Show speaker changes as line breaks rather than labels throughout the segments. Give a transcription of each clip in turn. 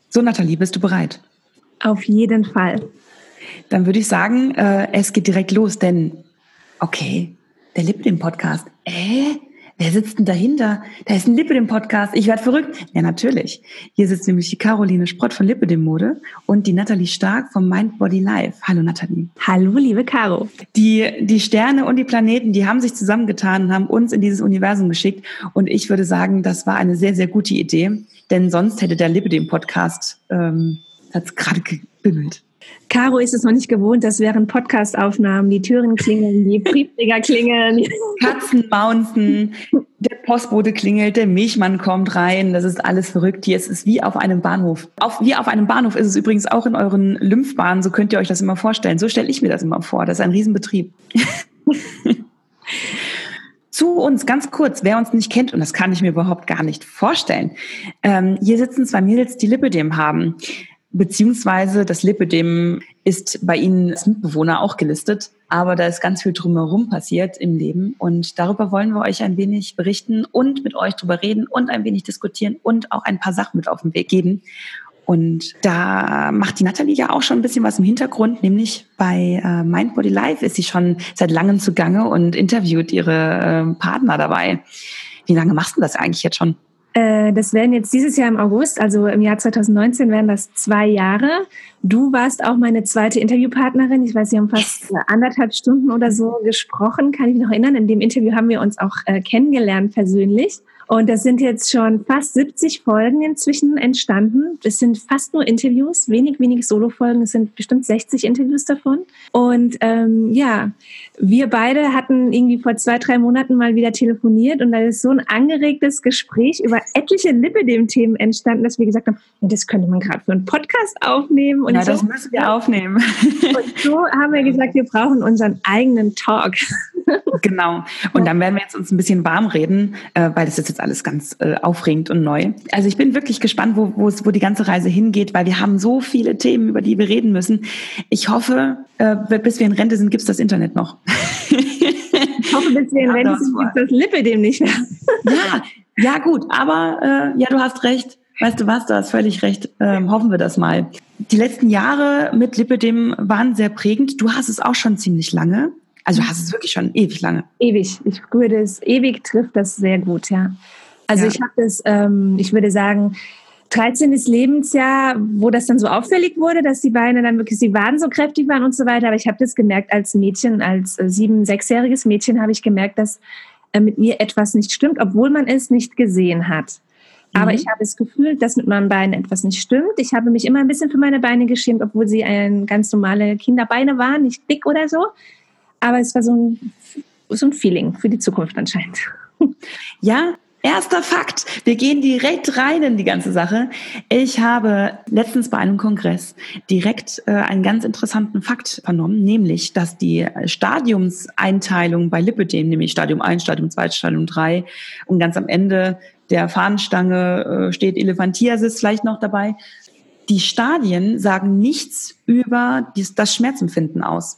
So, Nathalie, bist du bereit?
Auf jeden Fall.
Dann würde ich sagen, es geht direkt los, denn, okay, der Lipidem-Podcast. Wer sitzt denn dahinter? Da ist ein Lipidem-Podcast. Ich werde verrückt. Ja, natürlich. Hier sitzt nämlich die Caroline Sprott von Lipidem Mode und die Nathalie Stark vom Mind Body Life. Hallo, Nathalie.
Hallo, liebe Caro.
Die Sterne und die Planeten, die haben sich zusammengetan und haben uns in dieses Universum geschickt. Und ich würde sagen, das war eine sehr, sehr gute Idee, denn sonst hätte der Lipidem-Podcast hat's gerade gebimmelt.
Caro ist es noch nicht gewohnt, dass während Podcast-Aufnahmen die Türen klingeln, die Briefträger klingeln.
Katzen bouncen, der Postbote klingelt, der Milchmann kommt rein. Das ist alles verrückt hier. Es ist wie auf einem Bahnhof. Wie auf einem Bahnhof ist es übrigens auch in euren Lymphbahnen. So könnt ihr euch das immer vorstellen. So stelle ich mir das immer vor. Das ist ein Riesenbetrieb. Zu uns ganz kurz, wer uns nicht kennt, und das kann ich mir überhaupt gar nicht vorstellen. Hier sitzen zwei Mädels, die Lipidem haben. Beziehungsweise das Lipidem ist bei Ihnen als Mitbewohner auch gelistet, aber da ist ganz viel drumherum passiert im Leben und darüber wollen wir euch ein wenig berichten und mit euch drüber reden und ein wenig diskutieren und auch ein paar Sachen mit auf den Weg geben. Und da macht die Nathalie ja auch schon ein bisschen was im Hintergrund, nämlich bei Mind Body Life ist sie schon seit langem zugange und interviewt ihre Partner dabei. Wie lange machst du das eigentlich jetzt schon?
Das werden jetzt dieses Jahr im August, also im Jahr 2019 werden das 2 Jahre. Du warst auch meine zweite Interviewpartnerin. Ich weiß, wir haben fast 1,5 Stunden oder so gesprochen, kann ich mich noch erinnern. In dem Interview haben wir uns auch kennengelernt persönlich. Und das sind jetzt schon fast 70 Folgen inzwischen entstanden. Es sind fast nur Interviews, wenig Solo-Folgen. Es sind bestimmt 60 Interviews davon. Und wir beide hatten irgendwie vor 2-3 Monaten mal wieder telefoniert und da ist so ein angeregtes Gespräch über etliche Lipidem-Themen entstanden, dass wir gesagt haben, ja, das könnte man gerade für einen Podcast aufnehmen. Und
ja, das müssen wir aufnehmen.
Und so haben wir gesagt, wir brauchen unseren eigenen Talk.
Genau. Und dann werden wir jetzt uns ein bisschen warm reden, weil das ist jetzt alles ganz aufregend und neu. Also ich bin wirklich gespannt, wo die ganze Reise hingeht, weil wir haben so viele Themen, über die wir reden müssen. Ich hoffe, bis wir in Rente sind, gibt's das Internet noch.
Ich hoffe, bis wir in Rente sind, gibt's das Lipidem nicht mehr.
Ja gut, aber du hast recht. Weißt du was, du hast völlig recht. Hoffen wir das mal. Die letzten Jahre mit Lipidem waren sehr prägend. Du hast es auch schon ziemlich lange. Also du hast es wirklich schon ewig lange.
Ewig. Ich würde es, ewig trifft das sehr gut, ja. Also ich habe das, ich würde sagen, 13. Lebensjahr, wo das dann so auffällig wurde, dass die Beine dann wirklich, die Waden so kräftig waren und so weiter. Aber ich habe das gemerkt als Mädchen, als 7-, 6-jähriges Mädchen habe ich gemerkt, dass mit mir etwas nicht stimmt, obwohl man es nicht gesehen hat. Aber ich habe das Gefühl, dass mit meinen Beinen etwas nicht stimmt. Ich habe mich immer ein bisschen für meine Beine geschämt, obwohl sie ganz normale Kinderbeine waren, nicht dick oder so. Aber es war so ein Feeling für die Zukunft anscheinend.
Ja, erster Fakt. Wir gehen direkt rein in die ganze Sache. Ich habe letztens bei einem Kongress direkt einen ganz interessanten Fakt vernommen, nämlich, dass die Stadiumseinteilung bei Lipidem, nämlich Stadium 1, Stadium 2, Stadium 3 und ganz am Ende der Fahnenstange steht Elephantiasis vielleicht noch dabei. Die Stadien sagen nichts über das Schmerzempfinden aus.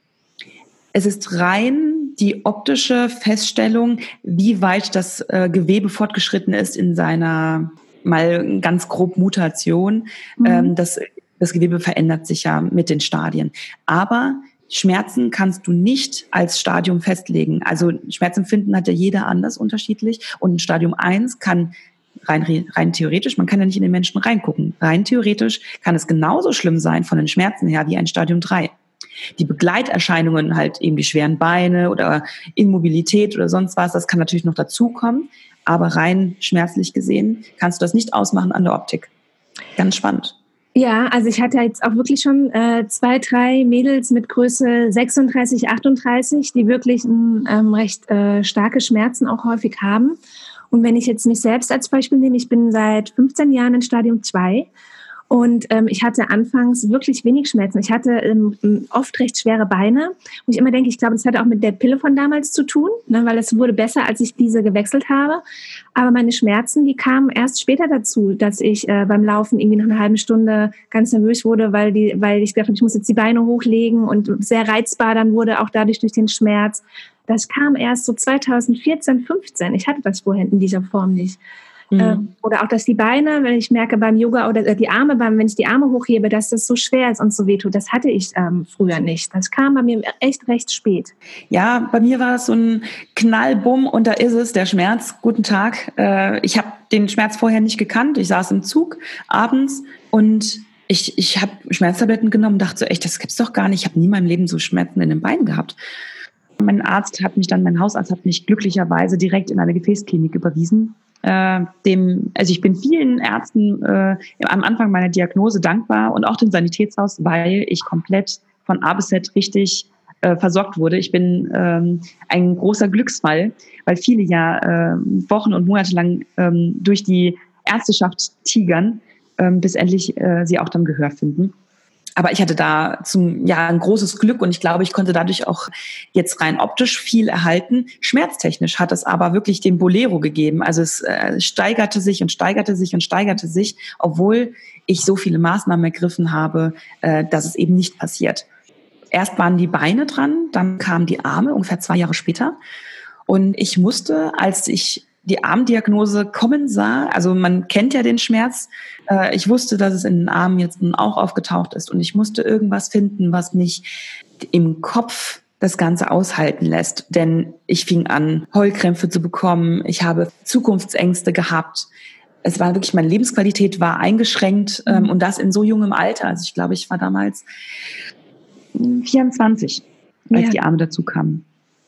Es ist rein die optische Feststellung, wie weit das Gewebe fortgeschritten ist in seiner, mal ganz grob, Mutation. Das Gewebe verändert sich ja mit den Stadien. Aber Schmerzen kannst du nicht als Stadium festlegen. Also Schmerzempfinden hat ja jeder anders unterschiedlich. Und Stadium 1 kann rein theoretisch, man kann ja nicht in den Menschen reingucken, rein theoretisch kann es genauso schlimm sein von den Schmerzen her wie ein Stadium 3. Die Begleiterscheinungen, halt eben die schweren Beine oder Immobilität oder sonst was, das kann natürlich noch dazukommen. Aber rein schmerzlich gesehen kannst du das nicht ausmachen an der Optik. Ganz spannend.
Ja, also ich hatte jetzt auch wirklich schon 2, 3 Mädels mit Größe 36, 38, die wirklich recht starke Schmerzen auch häufig haben. Und wenn ich jetzt mich selbst als Beispiel nehme, ich bin seit 15 Jahren in Stadium 2. Und ich hatte anfangs wirklich wenig Schmerzen. Ich hatte oft recht schwere Beine. Und ich immer denke, ich glaube, das hatte auch mit der Pille von damals zu tun, ne, weil es wurde besser, als ich diese gewechselt habe. Aber meine Schmerzen, die kamen erst später dazu, dass ich beim Laufen irgendwie nach einer halben Stunde ganz nervös wurde, weil ich gedacht habe, ich muss jetzt die Beine hochlegen und sehr reizbar dann wurde, auch dadurch durch den Schmerz. Das kam erst so 2014, 15. Ich hatte das vorher in dieser Form nicht. Oder auch, dass die Beine, wenn ich merke beim Yoga oder die Arme, wenn ich die Arme hochhebe, dass das so schwer ist und so wehtut. Das hatte ich früher nicht. Das kam bei mir echt recht spät.
Ja, bei mir war es so ein Knallbumm und da ist es, der Schmerz. Guten Tag. Ich habe den Schmerz vorher nicht gekannt. Ich saß im Zug abends und ich habe Schmerztabletten genommen und dachte so, echt, das gibt's doch gar nicht. Ich habe nie in meinem Leben so Schmerzen in den Beinen gehabt. Mein Hausarzt hat mich glücklicherweise direkt in eine Gefäßklinik überwiesen. Also ich bin vielen Ärzten am Anfang meiner Diagnose dankbar und auch dem Sanitätshaus, weil ich komplett von A bis Z richtig versorgt wurde. Ich bin ein großer Glücksfall, weil viele ja Wochen und Monate lang durch die Ärzteschaft tigern, bis endlich sie auch dann Gehör finden. Aber ich hatte da ein großes Glück und ich glaube, ich konnte dadurch auch jetzt rein optisch viel erhalten. Schmerztechnisch hat es aber wirklich den Bolero gegeben. Also es steigerte sich und steigerte sich und steigerte sich, obwohl ich so viele Maßnahmen ergriffen habe, dass es eben nicht passiert. Erst waren die Beine dran, dann kamen die Arme, ungefähr 2 Jahre später. Und ich musste, als ich die Armdiagnose kommen sah, also man kennt ja den Schmerz, ich wusste, dass es in den Armen jetzt nun auch aufgetaucht ist und ich musste irgendwas finden, was mich im Kopf das Ganze aushalten lässt, denn ich fing an, Heulkrämpfe zu bekommen, ich habe Zukunftsängste gehabt, es war wirklich, meine Lebensqualität war eingeschränkt und das in so jungem Alter, also ich glaube, ich war damals 24, als die Arme dazu kamen.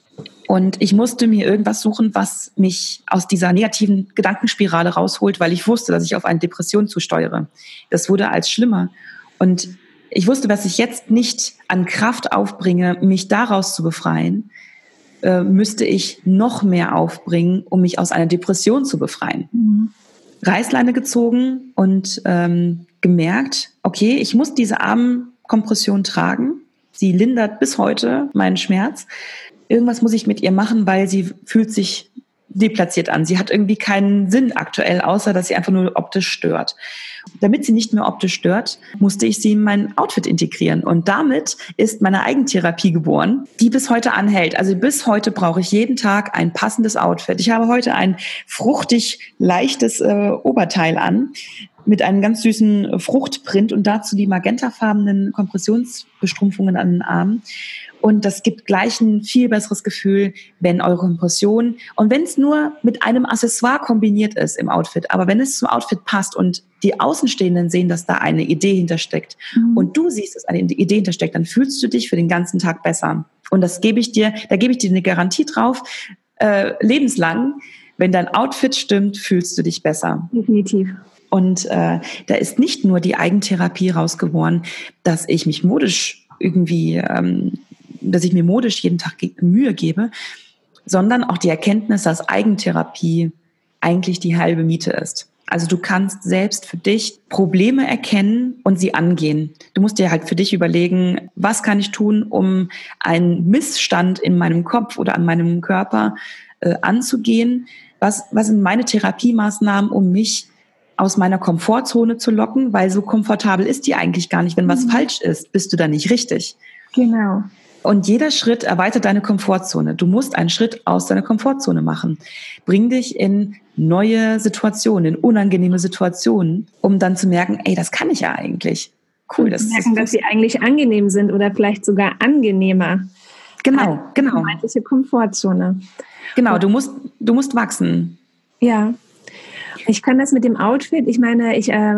Und ich musste mir irgendwas suchen, was mich aus dieser negativen Gedankenspirale rausholt, weil ich wusste, dass ich auf eine Depression zusteuere. Das wurde als schlimmer. Und ich wusste, dass ich jetzt nicht an Kraft aufbringe, mich daraus zu befreien, müsste ich noch mehr aufbringen, um mich aus einer Depression zu befreien. Reißleine gezogen und gemerkt, okay, ich muss diese Armkompression tragen. Sie lindert bis heute meinen Schmerz. Irgendwas muss ich mit ihr machen, weil sie fühlt sich deplatziert an. Sie hat irgendwie keinen Sinn aktuell, außer dass sie einfach nur optisch stört. Damit sie nicht mehr optisch stört, musste ich sie in mein Outfit integrieren. Und damit ist meine Eigentherapie geboren, die bis heute anhält. Also bis heute brauche ich jeden Tag ein passendes Outfit. Ich habe heute ein fruchtig leichtes Oberteil an mit einem ganz süßen Fruchtprint und dazu die magentafarbenen Kompressionsbestrumpfungen an den Armen. Und das gibt gleich ein viel besseres Gefühl, wenn eure Kompression und wenn es nur mit einem Accessoire kombiniert ist im Outfit, aber wenn es zum Outfit passt und die Außenstehenden sehen, dass da eine Idee hintersteckt und du siehst, dass eine Idee hintersteckt, dann fühlst du dich für den ganzen Tag besser. Und da gebe ich dir eine Garantie drauf, lebenslang, wenn dein Outfit stimmt, fühlst du dich besser.
Definitiv.
Und da ist nicht nur die Eigentherapie rausgeworden, dass ich mich modisch irgendwie dass ich mir modisch jeden Tag Mühe gebe, sondern auch die Erkenntnis, dass Eigentherapie eigentlich die halbe Miete ist. Also du kannst selbst für dich Probleme erkennen und sie angehen. Du musst dir halt für dich überlegen, was kann ich tun, um einen Missstand in meinem Kopf oder an meinem Körper anzugehen? Was sind meine Therapiemaßnahmen, um mich aus meiner Komfortzone zu locken? Weil so komfortabel ist die eigentlich gar nicht. Wenn was falsch ist, bist du da nicht richtig.
Genau.
Und jeder Schritt erweitert deine Komfortzone. Du musst einen Schritt aus deiner Komfortzone machen. Bring dich in neue Situationen, in unangenehme Situationen, um dann zu merken, ey, das kann ich ja eigentlich. Cool.
Das merken, dass sie eigentlich angenehm sind oder vielleicht sogar angenehmer.
Genau.
Eine Komfortzone.
Genau, du musst wachsen.
Ja. Ich kann das mit dem Outfit, ich meine,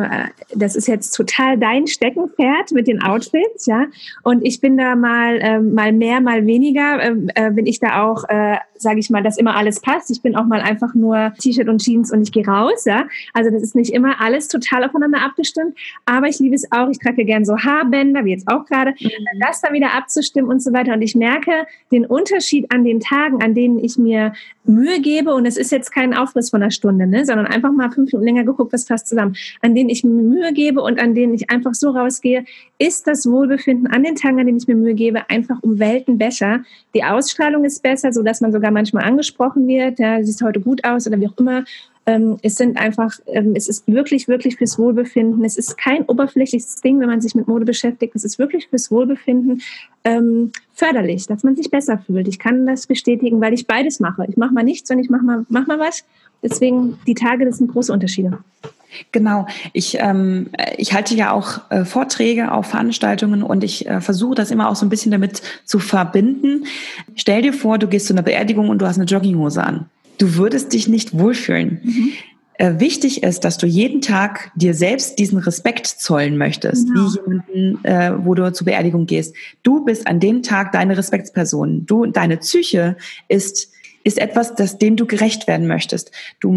das ist jetzt total dein Steckenpferd mit den Outfits, ja. Und ich bin da mal mehr, mal weniger, bin ich da auch, sage ich mal, dass immer alles passt. Ich bin auch mal einfach nur T-Shirt und Jeans und ich gehe raus, ja. Also das ist nicht immer alles total aufeinander abgestimmt, aber ich liebe es auch. Ich trage gern so Haarbänder, wie jetzt auch gerade, das dann wieder abzustimmen und so weiter. Und ich merke den Unterschied an den Tagen, an denen ich mir Mühe gebe, und es ist jetzt kein Aufriss von einer Stunde, ne, sondern einfach mal 5 Minuten länger geguckt, was passt zusammen, an denen ich mir Mühe gebe und an denen ich einfach so rausgehe, ist das Wohlbefinden an den Tagen, an denen ich mir Mühe gebe, einfach um Welten besser. Die Ausstrahlung ist besser, sodass man sogar manchmal angesprochen wird, ja, siehst heute gut aus oder wie auch immer. Es sind einfach, es ist wirklich, wirklich fürs Wohlbefinden. Es ist kein oberflächliches Ding, wenn man sich mit Mode beschäftigt. Es ist wirklich fürs Wohlbefinden förderlich, dass man sich besser fühlt. Ich kann das bestätigen, weil ich beides mache. Ich mache mal nichts und ich mach mal was. Deswegen die Tage, das sind große Unterschiede.
Genau. Ich halte ja auch Vorträge auf Veranstaltungen und ich versuche das immer auch so ein bisschen damit zu verbinden. Stell dir vor, du gehst zu einer Beerdigung und du hast eine Jogginghose an. Du würdest dich nicht wohlfühlen. Wichtig ist, dass du jeden Tag dir selbst diesen Respekt zollen möchtest, wie jemanden, wo du zur Beerdigung gehst. Du bist an dem Tag deine Respektsperson. Deine Psyche ist etwas, dem du gerecht werden möchtest. Du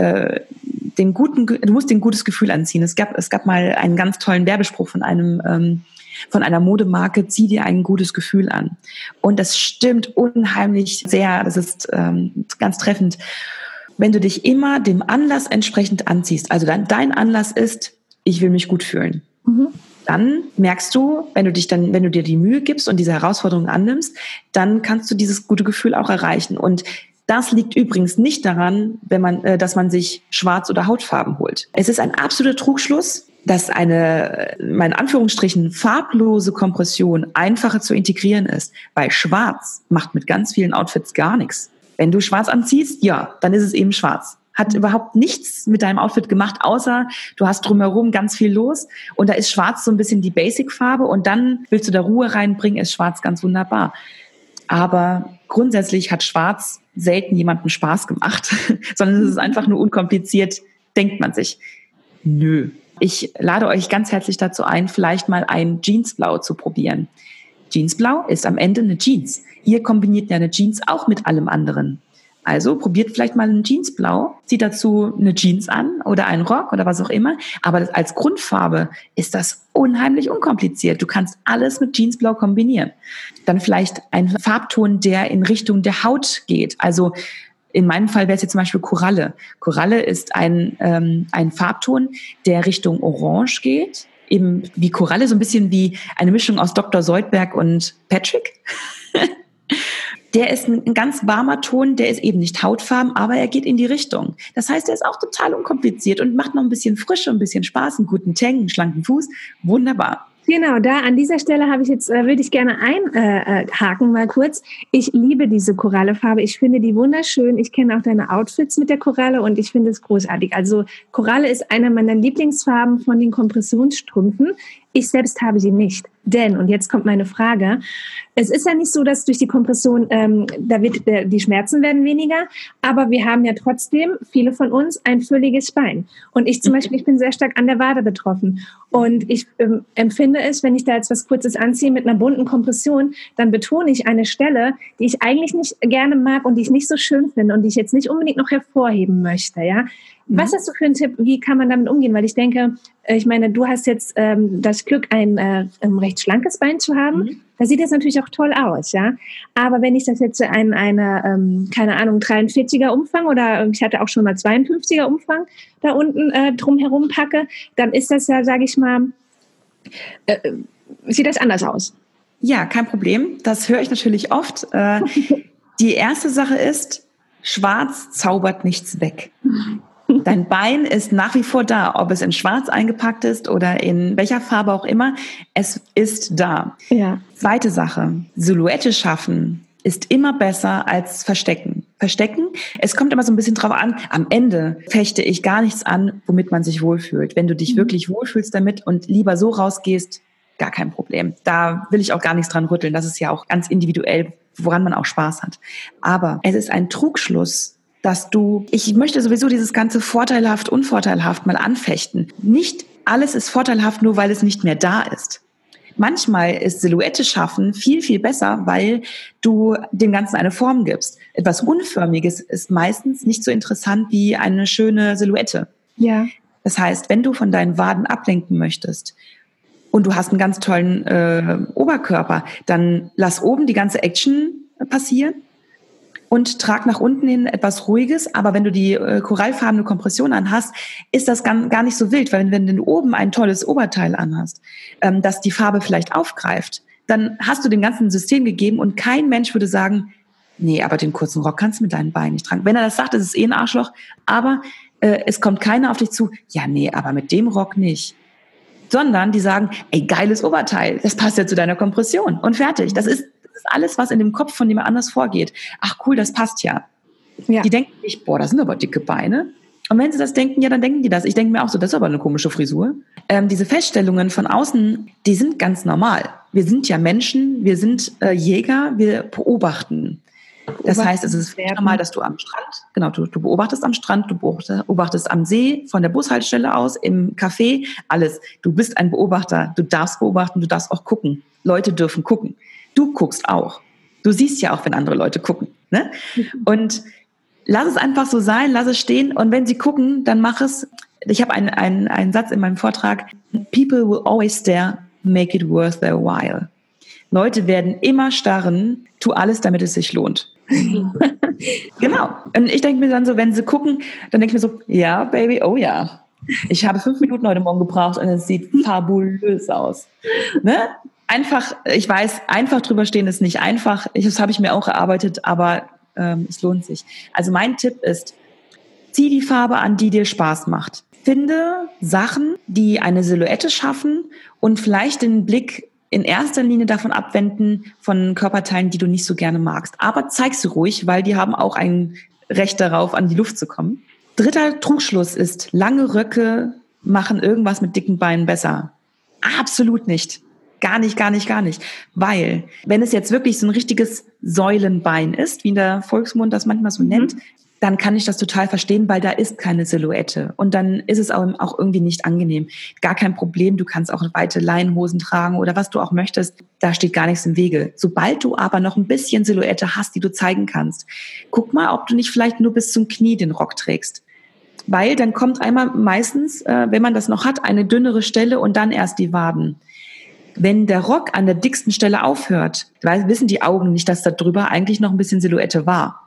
musst dir ein gutes Gefühl anziehen. Es gab mal einen ganz tollen Werbespruch von einer Modemarke: zieh dir ein gutes Gefühl an. Und das stimmt unheimlich sehr. Das ist ganz treffend. Wenn du dich immer dem Anlass entsprechend anziehst, also dein Anlass ist, ich will mich gut fühlen. Dann merkst du, wenn du dir die Mühe gibst und diese Herausforderung annimmst, dann kannst du dieses gute Gefühl auch erreichen. Und das liegt übrigens nicht daran, dass man sich Schwarz- oder Hautfarben holt. Es ist ein absoluter Trugschluss, dass eine, in Anführungsstrichen, farblose Kompression einfacher zu integrieren ist, weil Schwarz macht mit ganz vielen Outfits gar nichts. Wenn du schwarz anziehst, ja, dann ist es eben schwarz. Hat überhaupt nichts mit deinem Outfit gemacht, außer du hast drumherum ganz viel los und da ist schwarz so ein bisschen die Basic-Farbe und dann willst du da Ruhe reinbringen, ist schwarz ganz wunderbar. Aber grundsätzlich hat schwarz selten jemandem Spaß gemacht, sondern es ist einfach nur unkompliziert, denkt man sich. Nö. Ich lade euch ganz herzlich dazu ein, vielleicht mal ein Jeansblau zu probieren. Jeansblau ist am Ende eine Jeans. Ihr kombiniert ja eine Jeans auch mit allem anderen. Also probiert vielleicht mal ein Jeansblau, zieht dazu eine Jeans an oder einen Rock oder was auch immer. Aber als Grundfarbe ist das unheimlich unkompliziert. Du kannst alles mit Jeansblau kombinieren. Dann vielleicht ein Farbton, der in Richtung der Haut geht. Also in meinem Fall wäre es jetzt zum Beispiel Koralle. Koralle ist ein Farbton, der Richtung Orange geht. Eben wie Koralle, so ein bisschen wie eine Mischung aus Dr. Soldberg und Patrick. Der ist ein ganz warmer Ton, der ist eben nicht hautfarben, aber er geht in die Richtung. Das heißt, er ist auch total unkompliziert und macht noch ein bisschen Frische, ein bisschen Spaß, einen guten Tang, einen schlanken Fuß. Wunderbar.
Genau, da an dieser Stelle würde ich gerne einhaken mal kurz. Ich liebe diese Korallefarbe. Ich finde die wunderschön. Ich kenne auch deine Outfits mit der Koralle und ich finde es großartig. Also Koralle ist einer meiner Lieblingsfarben von den Kompressionsstrümpfen. Ich selbst habe sie nicht. Denn, und jetzt kommt meine Frage, es ist ja nicht so, dass durch die Kompression, die Schmerzen werden weniger, aber wir haben ja trotzdem, viele von uns, ein fülliges Bein. Und ich zum Beispiel, ich bin sehr stark an der Wade betroffen. Und ich empfinde es, wenn ich da jetzt was Kurzes anziehe mit einer bunten Kompression, dann betone ich eine Stelle, die ich eigentlich nicht gerne mag und die ich nicht so schön finde und die ich jetzt nicht unbedingt noch hervorheben möchte, ja. Was hast du für einen Tipp? Wie kann man damit umgehen? Weil ich denke, ich meine, du hast jetzt das Glück, ein recht schlankes Bein zu haben. Da sieht das natürlich auch toll aus, ja. Aber wenn ich das jetzt in eine, keine Ahnung, 43er Umfang oder ich hatte auch schon mal 52er Umfang da unten drumherum packe, dann ist das ja, sage ich mal, sieht das anders aus.
Ja, kein Problem. Das höre ich natürlich oft. Die erste Sache ist, schwarz zaubert nichts weg. Dein Bein ist nach wie vor da, ob es in schwarz eingepackt ist oder in welcher Farbe auch immer. Es ist da.
Ja.
Zweite Sache, Silhouette schaffen ist immer besser als verstecken. Verstecken, es kommt immer so ein bisschen drauf an, am Ende fechte ich gar nichts an, womit man sich wohlfühlt. Wenn du dich wirklich wohlfühlst damit und lieber so rausgehst, gar kein Problem. Da will ich auch gar nichts dran rütteln. Das ist ja auch ganz individuell, woran man auch Spaß hat. Aber es ist ein Trugschluss, ich möchte sowieso dieses ganze vorteilhaft, unvorteilhaft mal anfechten. Nicht alles ist vorteilhaft, nur weil es nicht mehr da ist. Manchmal ist Silhouette schaffen viel, viel besser, weil du dem Ganzen eine Form gibst. Etwas Unförmiges ist meistens nicht so interessant wie eine schöne Silhouette.
Ja.
Das heißt, wenn du von deinen Waden ablenken möchtest und du hast einen ganz tollen Oberkörper, dann lass oben die ganze Action passieren. Und trag nach unten hin etwas Ruhiges. Aber wenn du die korallfarbene Kompression anhast, ist das gar nicht so wild. Weil wenn du oben ein tolles Oberteil anhast, das die Farbe vielleicht aufgreift, dann hast du dem ganzen System gegeben und kein Mensch würde sagen, nee, aber den kurzen Rock kannst du mit deinen Beinen nicht tragen. Wenn er das sagt, ist es ein Arschloch. Aber es kommt keiner auf dich zu, ja, nee, aber mit dem Rock nicht. Sondern die sagen, ey, geiles Oberteil, das passt ja zu deiner Kompression und fertig. Das ist alles, was in dem Kopf von jemand anders vorgeht. Ach cool, das passt ja. Die denken nicht, boah, das sind aber dicke Beine. Und wenn sie das denken, ja, dann denken die das. Ich denke mir auch so, das ist aber eine komische Frisur. Diese Feststellungen von außen, die sind ganz normal. Wir sind ja Menschen, wir sind Jäger, wir beobachten. Das heißt, es ist normal, dass du am Strand, genau, du beobachtest am Strand, du beobachtest am See, von der Bushaltestelle aus, im Café, alles. Du bist ein Beobachter, du darfst beobachten, du darfst auch gucken. Leute dürfen gucken. Du guckst auch. Du siehst ja auch, wenn andere Leute gucken. Ne? Und lass es einfach so sein, lass es stehen. Und wenn sie gucken, dann mach es. Ich habe einen Satz in meinem Vortrag. People will always stare, make it worth their while. Leute werden immer starren, tu alles, damit es sich lohnt. Genau. Und ich denke mir dann so, wenn sie gucken, dann denke ich mir so, ja, Baby, oh ja. Ich habe 5 Minuten heute Morgen gebraucht und es sieht fabulös aus. Ne? Einfach, ich weiß, einfach drüber stehen ist nicht einfach. Das habe ich mir auch erarbeitet, aber es lohnt sich. Also mein Tipp ist, zieh die Farbe an, die dir Spaß macht. Finde Sachen, die eine Silhouette schaffen und vielleicht den Blick in erster Linie davon abwenden von Körperteilen, die du nicht so gerne magst. Aber zeig sie ruhig, weil die haben auch ein Recht darauf, an die Luft zu kommen. 3. Trugschluss ist, lange Röcke machen irgendwas mit dicken Beinen besser. Absolut nicht. Gar nicht. Weil, wenn es jetzt wirklich so ein richtiges Säulenbein ist, wie in der Volksmund das manchmal so nennt, dann kann ich das total verstehen, weil da ist keine Silhouette. Und dann ist es auch irgendwie nicht angenehm. Gar kein Problem, du kannst auch weite Leinenhosen tragen oder was du auch möchtest. Da steht gar nichts im Wege. Sobald du aber noch ein bisschen Silhouette hast, die du zeigen kannst, guck mal, ob du nicht vielleicht nur bis zum Knie den Rock trägst. Weil dann kommt einmal meistens, wenn man das noch hat, eine dünnere Stelle und dann erst die Waden. Wenn der Rock an der dicksten Stelle aufhört, wissen die Augen nicht, dass da drüber eigentlich noch ein bisschen Silhouette war.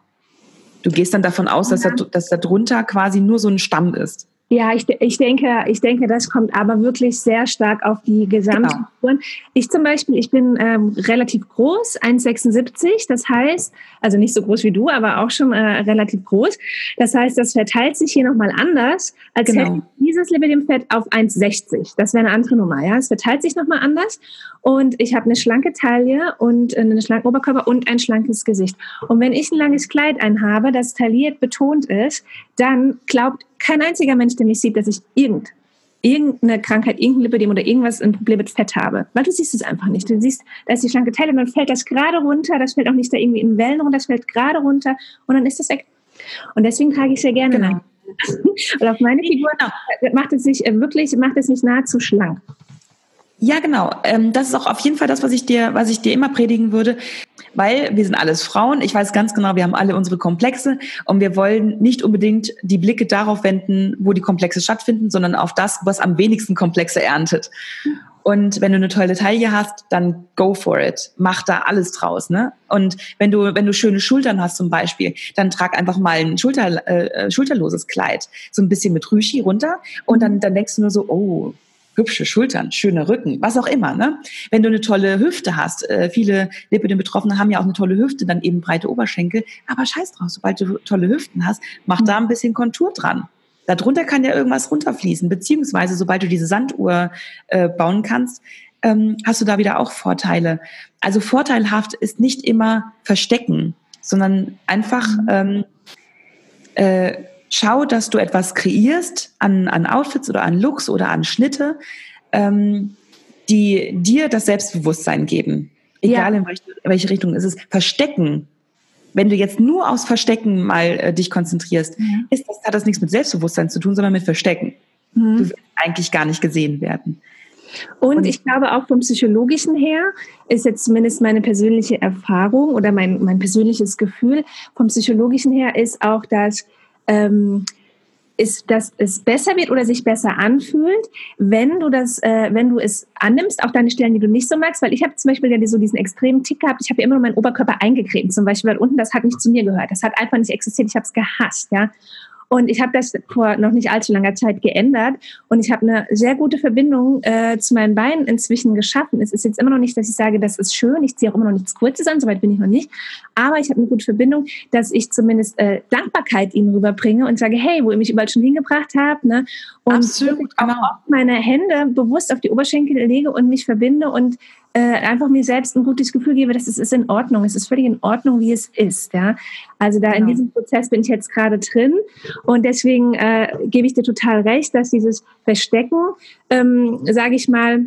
Du gehst dann davon aus, dass da drunter quasi nur so ein Stamm ist.
Ja, ich denke, das kommt aber wirklich sehr stark auf die Gesamtfiguren. Ich zum Beispiel, ich bin relativ groß, 1,76, das heißt, also nicht so groß wie du, aber auch schon relativ groß. Das heißt, das verteilt sich hier nochmal anders, als hätte ich dieses Lipidem-Fett auf 1,60. Das wäre eine andere Nummer, ja. Es verteilt sich nochmal anders und ich habe eine schlanke Taille und einen schlanken Oberkörper und ein schlankes Gesicht. Und wenn ich ein langes Kleid einhabe, das tailliert betont ist, dann glaubt kein einziger Mensch, der mich sieht, dass ich irgendeine Krankheit, irgendein Lipödem oder irgendwas, ein Problem mit Fett habe. Weil du siehst es einfach nicht. Du siehst, da ist die schlanke Taille und dann fällt das gerade runter, das fällt auch nicht da irgendwie in Wellen runter, das fällt gerade runter und dann ist das weg. Und deswegen trage ich sehr gerne nach. Und auf meine Figur macht es mich nahezu schlank.
Ja, genau. Das ist auch auf jeden Fall das, was ich dir immer predigen würde, weil wir sind alles Frauen. Ich weiß ganz genau, wir haben alle unsere Komplexe und wir wollen nicht unbedingt die Blicke darauf wenden, wo die Komplexe stattfinden, sondern auf das, was am wenigsten Komplexe erntet. Und wenn du eine tolle Taille hast, dann go for it. Mach da alles draus, ne? Und wenn du schöne Schultern hast zum Beispiel, dann trag einfach mal ein schulterloses Kleid, so ein bisschen mit Rüschi runter und dann denkst du nur so, oh, hübsche Schultern, schöner Rücken, was auch immer, ne? Wenn du eine tolle Hüfte hast, viele Lipödem-Betroffene haben ja auch eine tolle Hüfte, dann eben breite Oberschenkel, aber scheiß drauf, sobald du tolle Hüften hast, mach da ein bisschen Kontur dran. Darunter kann ja irgendwas runterfließen, beziehungsweise sobald du diese Sanduhr bauen kannst, hast du da wieder auch Vorteile. Also vorteilhaft ist nicht immer verstecken, sondern einfach schau, dass du etwas kreierst an Outfits oder an Looks oder an Schnitte, die dir das Selbstbewusstsein geben. Egal in welche Richtung ist es. Verstecken. Wenn du jetzt nur aufs Verstecken mal dich konzentrierst, hat das nichts mit Selbstbewusstsein zu tun, sondern mit Verstecken. Du willst eigentlich gar nicht gesehen werden.
Und ich glaube auch vom Psychologischen her ist jetzt zumindest meine persönliche Erfahrung oder mein persönliches Gefühl vom Psychologischen her ist auch, dass es besser wird oder sich besser anfühlt, wenn du es annimmst, auch deine Stellen, die du nicht so magst, weil ich habe zum Beispiel ja so diesen extremen Tick gehabt, ich habe ja immer nur meinen Oberkörper eingecremt, zum Beispiel, weil unten, das hat nicht zu mir gehört, das hat einfach nicht existiert, ich habe es gehasst, ja. Und ich habe das vor noch nicht allzu langer Zeit geändert und ich habe eine sehr gute Verbindung zu meinen Beinen inzwischen geschaffen. Es ist jetzt immer noch nicht, dass ich sage, das ist schön, ich ziehe auch immer noch nichts Kurzes an, soweit bin ich noch nicht, aber ich habe eine gute Verbindung, dass ich zumindest Dankbarkeit ihnen rüberbringe und sage, hey, wo ihr mich überall schon hingebracht habt, ne? Und
absolut, genau.
auch meine Hände bewusst auf die Oberschenkel lege und mich verbinde und einfach mir selbst ein gutes Gefühl gebe, dass es ist in Ordnung, es ist völlig in Ordnung, wie es ist. Ja? Also da in diesem Prozess bin ich jetzt gerade drin und deswegen gebe ich dir total recht, dass dieses Verstecken, sage ich mal,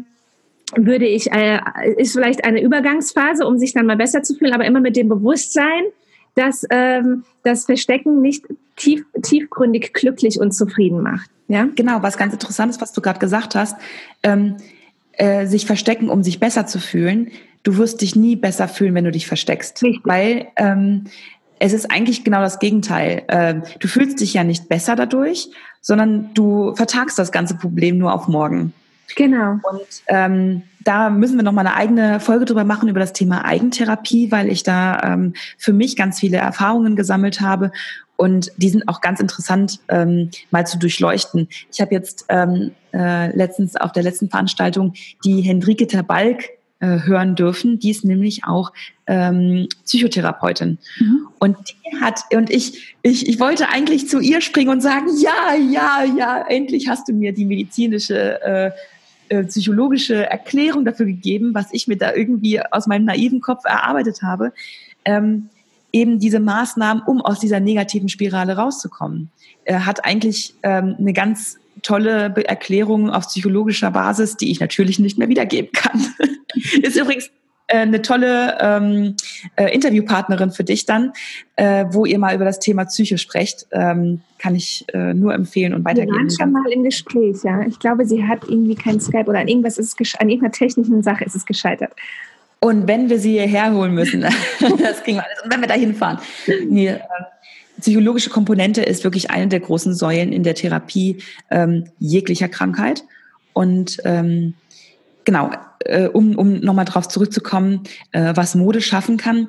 ist vielleicht eine Übergangsphase, um sich dann mal besser zu fühlen, aber immer mit dem Bewusstsein, dass das Verstecken nicht tiefgründig glücklich und zufrieden macht. Ja?
Genau, was ganz interessant ist, was du gerade gesagt hast, sich verstecken, um sich besser zu fühlen. Du wirst dich nie besser fühlen, wenn du dich versteckst.
Richtig.
Weil es ist eigentlich genau das Gegenteil. Du fühlst dich ja nicht besser dadurch, sondern du vertagst das ganze Problem nur auf morgen.
Genau.
Und da müssen wir noch mal eine eigene Folge drüber machen, über das Thema Eigentherapie, weil ich da für mich ganz viele Erfahrungen gesammelt habe. Und die sind auch ganz interessant mal zu durchleuchten. Ich habe jetzt letztens auf der letzten Veranstaltung die Hendrike Terbalk hören dürfen. Die ist nämlich auch Psychotherapeutin. Mhm. Und ich wollte eigentlich zu ihr springen und sagen, ja, endlich hast du mir die medizinische psychologische Erklärung dafür gegeben, was ich mir da irgendwie aus meinem naiven Kopf erarbeitet habe. Eben diese Maßnahmen, um aus dieser negativen Spirale rauszukommen. Hat eigentlich eine ganz tolle Erklärung auf psychologischer Basis, die ich natürlich nicht mehr wiedergeben kann. Ist übrigens eine tolle Interviewpartnerin für dich dann, wo ihr mal über das Thema Psyche sprecht. Kann ich nur empfehlen und weitergeben.
Wir waren schon mal im Gespräch, ja. Ich glaube, sie hat irgendwie kein Skype oder an irgendeiner technischen Sache ist es gescheitert.
Und wenn wir sie hierher holen müssen, das kriegen wir alles. Und wenn wir da hinfahren. Nee, psychologische Komponente ist wirklich eine der großen Säulen in der Therapie jeglicher Krankheit. Und genau, um nochmal drauf zurückzukommen, was Mode schaffen kann.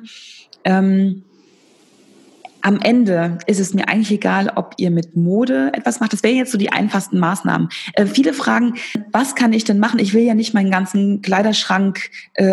Am Ende ist es mir eigentlich egal, ob ihr mit Mode etwas macht. Das wären jetzt so die einfachsten Maßnahmen. Viele fragen, was kann ich denn machen? Ich will ja nicht meinen ganzen Kleiderschrank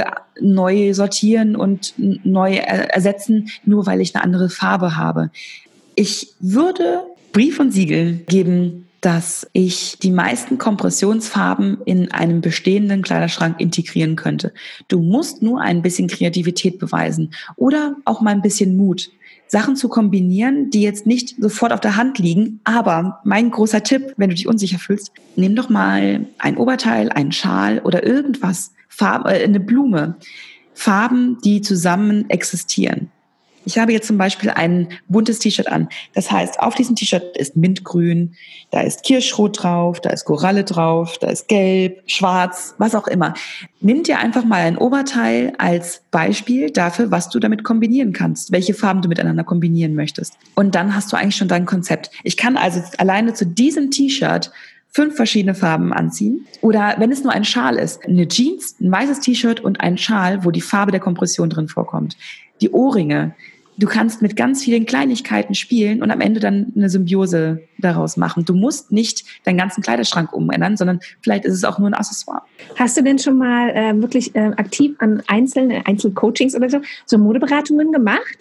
neu sortieren und neu ersetzen, nur weil ich eine andere Farbe habe. Ich würde Brief und Siegel geben, dass ich die meisten Kompressionsfarben in einem bestehenden Kleiderschrank integrieren könnte. Du musst nur ein bisschen Kreativität beweisen oder auch mal ein bisschen Mut. Sachen zu kombinieren, die jetzt nicht sofort auf der Hand liegen. Aber mein großer Tipp, wenn du dich unsicher fühlst, nimm doch mal ein Oberteil, einen Schal oder irgendwas, eine Blume. Farben, die zusammen existieren. Ich habe jetzt zum Beispiel ein buntes T-Shirt an. Das heißt, auf diesem T-Shirt ist Mintgrün, da ist Kirschrot drauf, da ist Koralle drauf, da ist Gelb, Schwarz, was auch immer. Nimm dir einfach mal ein Oberteil als Beispiel dafür, was du damit kombinieren kannst, welche Farben du miteinander kombinieren möchtest. Und dann hast du eigentlich schon dein Konzept. Ich kann also alleine zu diesem T-Shirt 5 verschiedene Farben anziehen. Oder wenn es nur ein Schal ist, eine Jeans, ein weißes T-Shirt und ein Schal, wo die Farbe der Kompression drin vorkommt. Die Ohrringe. Du kannst mit ganz vielen Kleinigkeiten spielen und am Ende dann eine Symbiose daraus machen. Du musst nicht deinen ganzen Kleiderschrank umändern, sondern vielleicht ist es auch nur ein Accessoire.
Hast du denn schon mal wirklich aktiv an Einzelcoachings oder so Modeberatungen gemacht?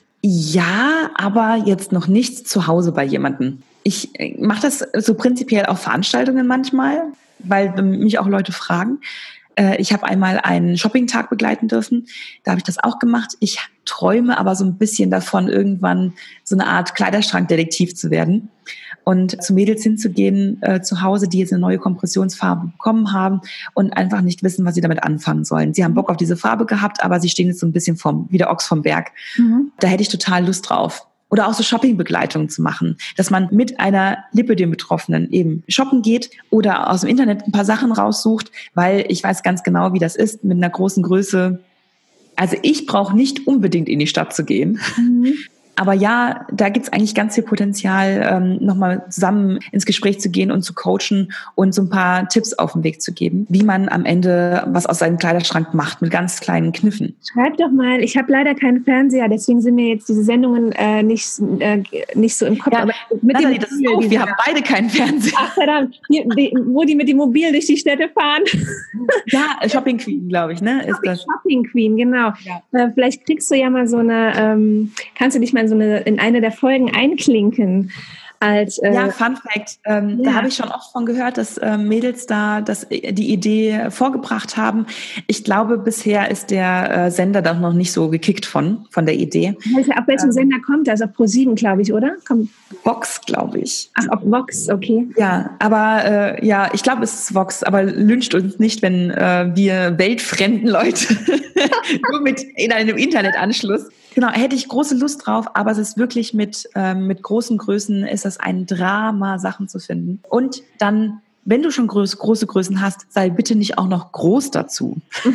Ja, aber jetzt noch nicht zu Hause bei jemandem. Ich mache das so prinzipiell auf Veranstaltungen manchmal, weil mich auch Leute fragen. Ich habe einmal einen Shopping-Tag begleiten dürfen. Da habe ich das auch gemacht. Ich träume aber so ein bisschen davon, irgendwann so eine Art Kleiderschrankdetektiv zu werden und zu Mädels hinzugehen zu Hause, die jetzt eine neue Kompressionsfarbe bekommen haben und einfach nicht wissen, was sie damit anfangen sollen. Sie haben Bock auf diese Farbe gehabt, aber sie stehen jetzt so ein bisschen wie der Ochs vom Berg. Mhm. Da hätte ich total Lust drauf. Oder auch so Shopping-Begleitungen zu machen, dass man mit einer Lipödem-Betroffenen eben shoppen geht oder aus dem Internet ein paar Sachen raussucht, weil ich weiß ganz genau, wie das ist mit einer großen Größe. Also ich brauche nicht unbedingt in die Stadt zu gehen, Aber ja, da gibt's eigentlich ganz viel Potenzial, nochmal zusammen ins Gespräch zu gehen und zu coachen und so ein paar Tipps auf den Weg zu geben, wie man am Ende was aus seinem Kleiderschrank macht mit ganz kleinen Kniffen.
Schreib doch mal, ich habe leider keinen Fernseher, deswegen sind mir jetzt diese Sendungen nicht so im Kopf.
Ja,
aber mit
Nathalie, das ist doof, wir haben beide keinen Fernseher.
Ach verdammt, wo die mit dem Mobil durch die Städte fahren.
Ja, Shopping Queen, glaube ich, ne? Ist das.
Shopping Queen, genau. Ja. Vielleicht kriegst du ja mal so eine, kannst du dich mal in eine der Folgen einklinken.
Ja, Fun Fact, da habe ich schon oft von gehört, dass Mädels da die Idee vorgebracht haben. Ich glaube, bisher ist der Sender da noch nicht so gekickt von der Idee.
Auf welchem Sender kommt das? Auf Pro7, glaube ich, oder?
Vox, glaube ich.
Ach, auf Vox, okay.
Ja, aber ich glaube, es ist Vox, aber lyncht uns nicht, wenn wir weltfremden Leute nur in einem Internetanschluss. Genau, hätte ich große Lust drauf, aber es ist wirklich mit großen Größen ist das ein Drama, Sachen zu finden. Und dann, wenn du schon große Größen hast, sei bitte nicht auch noch groß dazu.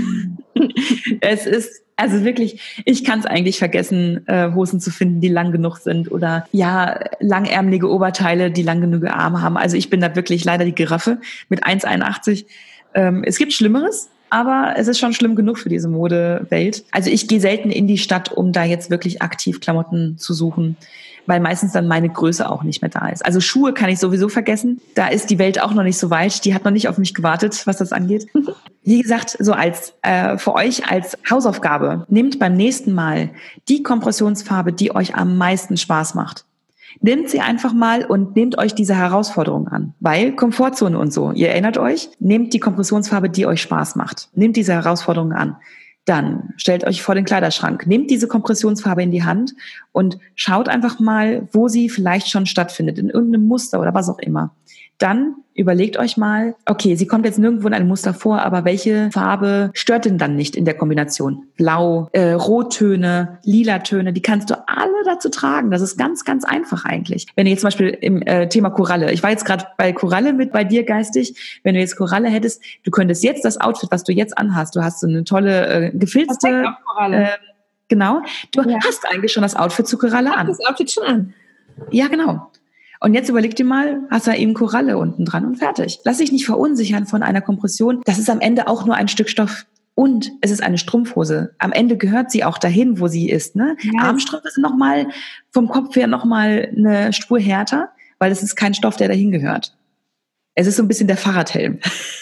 Es ist, also wirklich, ich kann es eigentlich vergessen, Hosen zu finden, die lang genug sind oder langärmelige Oberteile, die lang genug Arme haben. Also ich bin da wirklich leider die Giraffe mit 1,81. Es gibt Schlimmeres. Aber es ist schon schlimm genug für diese Modewelt. Also ich gehe selten in die Stadt, um da jetzt wirklich aktiv Klamotten zu suchen, weil meistens dann meine Größe auch nicht mehr da ist. Also Schuhe kann ich sowieso vergessen. Da ist die Welt auch noch nicht so weit. Die hat noch nicht auf mich gewartet, was das angeht. Wie gesagt, so für euch als Hausaufgabe, nehmt beim nächsten Mal die Kompressionsfarbe, die euch am meisten Spaß macht. Nehmt sie einfach mal und nehmt euch diese Herausforderung an. Weil Komfortzone und so, ihr erinnert euch, nehmt die Kompressionsfarbe, die euch Spaß macht. Nehmt diese Herausforderung an. Dann stellt euch vor den Kleiderschrank, nehmt diese Kompressionsfarbe in die Hand und schaut einfach mal, wo sie vielleicht schon stattfindet, in irgendeinem Muster oder was auch immer. Dann überlegt euch mal, okay, sie kommt jetzt nirgendwo in einem Muster vor, aber welche Farbe stört denn dann nicht in der Kombination? Blau, Rottöne, Lilatöne, die kannst du alle dazu tragen. Das ist ganz, ganz einfach eigentlich. Wenn du jetzt zum Beispiel im Thema Koralle, ich war jetzt gerade bei Koralle mit bei dir geistig, wenn du jetzt Koralle hättest, du könntest jetzt das Outfit, was du jetzt anhast, du hast so eine tolle gefilzte Koralle. Genau, du hast eigentlich schon das Outfit zu Koralle an.
Das Outfit schon an.
Ja, genau. Und jetzt überleg dir mal, hast du eben Koralle unten dran und fertig. Lass dich nicht verunsichern von einer Kompression. Das ist am Ende auch nur ein Stück Stoff. Und es ist eine Strumpfhose. Am Ende gehört sie auch dahin, wo sie ist. Ne? Ja. Armstrümpfe sind nochmal vom Kopf her nochmal eine Spur härter, weil es ist kein Stoff, der dahin gehört. Es ist so ein bisschen der Fahrradhelm.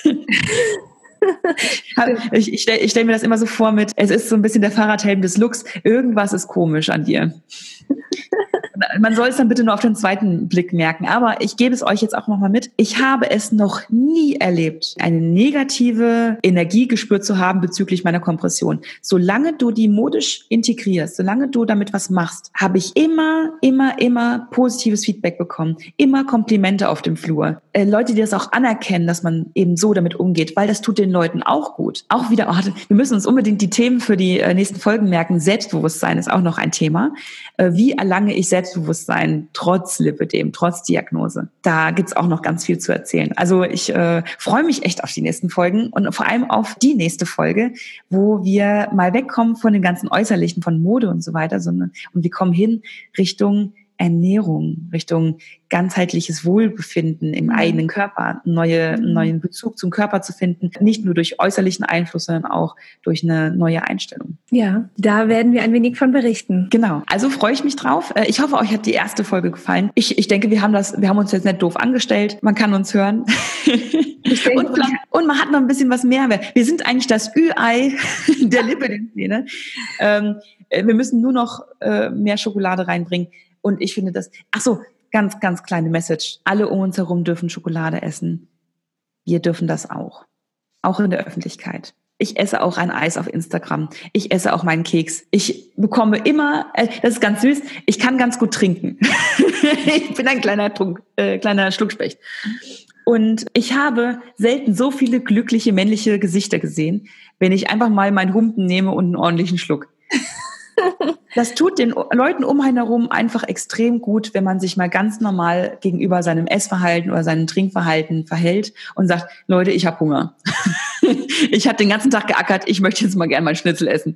Ich stell mir das immer so vor es ist so ein bisschen der Fahrradhelm des Looks. Irgendwas ist komisch an dir. Man soll es dann bitte nur auf den zweiten Blick merken. Aber ich gebe es euch jetzt auch nochmal mit. Ich habe es noch nie erlebt, eine negative Energie gespürt zu haben bezüglich meiner Kompression. Solange du die modisch integrierst, solange du damit was machst, habe ich immer positives Feedback bekommen. Immer Komplimente auf dem Flur. Leute, die das auch anerkennen, dass man eben so damit umgeht, weil das tut den Leuten auch gut. Auch wieder, wir müssen uns unbedingt die Themen für die nächsten Folgen merken. Selbstbewusstsein ist auch noch ein Thema. Wie erlange ich Selbstbewusstsein trotz Lipödem, trotz Diagnose? Da gibt's auch noch ganz viel zu erzählen. Also ich freue mich echt auf die nächsten Folgen und vor allem auf die nächste Folge, wo wir mal wegkommen von den ganzen Äußerlichen, von Mode und so weiter, und wir kommen hin Richtung Ernährung, Richtung ganzheitliches Wohlbefinden im eigenen Körper, einen neuen Bezug zum Körper zu finden, nicht nur durch äußerlichen Einfluss, sondern auch durch eine neue Einstellung.
Ja, da werden wir ein wenig von berichten.
Genau, also freue ich mich drauf. Ich hoffe, euch hat die erste Folge gefallen. Ich denke, wir haben uns jetzt nicht doof angestellt. Man kann uns hören. Und man hat noch ein bisschen was mehr. Wir sind eigentlich das Ü-Ei der Lipödem-Szene. Wir müssen nur noch mehr Schokolade reinbringen. Und ich finde das, ganz, ganz kleine Message. Alle um uns herum dürfen Schokolade essen. Wir dürfen das auch. Auch in der Öffentlichkeit. Ich esse auch ein Eis auf Instagram. Ich esse auch meinen Keks. Ich bekomme immer, das ist ganz süß, ich kann ganz gut trinken. Ich bin ein kleiner Schluckspecht. Und ich habe selten so viele glückliche männliche Gesichter gesehen, wenn ich einfach mal meinen Humpen nehme und einen ordentlichen Schluck. Das tut den Leuten um einen herum einfach extrem gut, wenn man sich mal ganz normal gegenüber seinem Essverhalten oder seinem Trinkverhalten verhält und sagt, Leute, ich habe Hunger. Ich habe den ganzen Tag geackert, ich möchte jetzt mal gerne mal Schnitzel essen.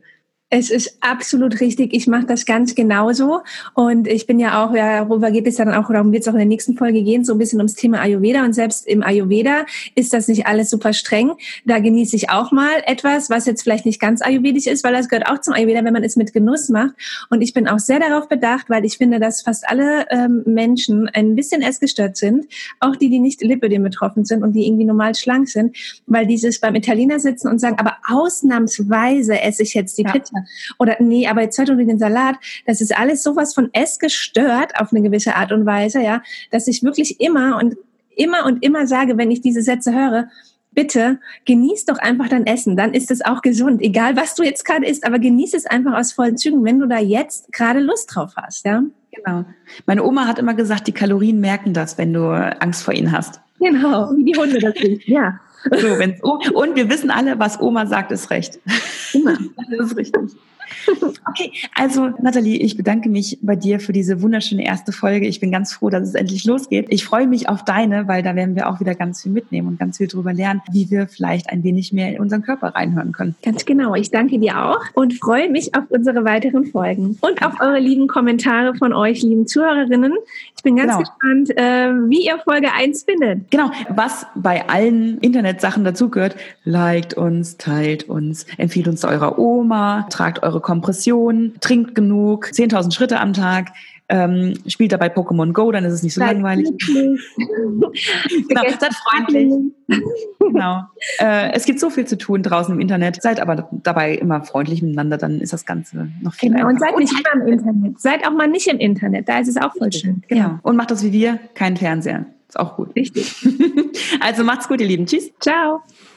Es ist absolut richtig. Ich mache das ganz genauso. Und ich bin ja auch, worüber geht es dann auch, darum wird es auch in der nächsten Folge gehen, so ein bisschen ums Thema Ayurveda. Und selbst im Ayurveda ist das nicht alles super streng. Da genieße ich auch mal etwas, was jetzt vielleicht nicht ganz ayurvedisch ist, weil das gehört auch zum Ayurveda, wenn man es mit Genuss macht. Und ich bin auch sehr darauf bedacht, weil ich finde, dass fast alle Menschen ein bisschen essgestört sind. Auch die nicht Lipödem betroffen sind und die irgendwie normal schlank sind. Weil dieses beim Italiener sitzen und sagen, aber ausnahmsweise esse ich jetzt die Pizza. Oder nee, aber jetzt heute unter den Salat, das ist alles sowas von essgestört auf eine gewisse Art und Weise, ja, dass ich wirklich immer sage, wenn ich diese Sätze höre, bitte genieß doch einfach dein Essen, dann ist es auch gesund, egal was du jetzt gerade isst, aber genieß es einfach aus vollen Zügen, wenn du da jetzt gerade Lust drauf hast, ja.
Genau. Meine Oma hat immer gesagt, die Kalorien merken das, wenn du Angst vor ihnen hast.
Genau, wie die Hunde das sind, ja.
So, und wir wissen alle, was Oma sagt, ist recht.
Immer.
Das ist richtig. Okay, also Nathalie, ich bedanke mich bei dir für diese wunderschöne erste Folge. Ich bin ganz froh, dass es endlich losgeht. Ich freue mich auf deine, weil da werden wir auch wieder ganz viel mitnehmen und ganz viel drüber lernen, wie wir vielleicht ein wenig mehr in unseren Körper reinhören können.
Ganz genau. Ich danke dir auch und freue mich auf unsere weiteren Folgen und auf eure lieben Kommentare von euch, lieben Zuhörerinnen. Ich bin ganz gespannt, wie ihr Folge 1 findet.
Genau, was bei allen Internetsachen dazugehört. Liked uns, teilt uns, empfiehlt uns eurer Oma, tragt eure Kompression, trinkt genug, 10.000 Schritte am Tag, spielt dabei Pokémon Go, dann ist es nicht so langweilig. Genau, seid freundlich. Genau. Es gibt so viel zu tun draußen im Internet. Seid aber dabei immer freundlich miteinander, dann ist das Ganze noch viel einfacher.
Und seid nicht immer im Internet. Seid auch mal nicht im Internet, da ist es auch voll schön.
Genau. Ja. Und macht das wie wir, keinen Fernseher. Ist auch gut.
Richtig.
Also macht's gut, ihr Lieben. Tschüss.
Ciao.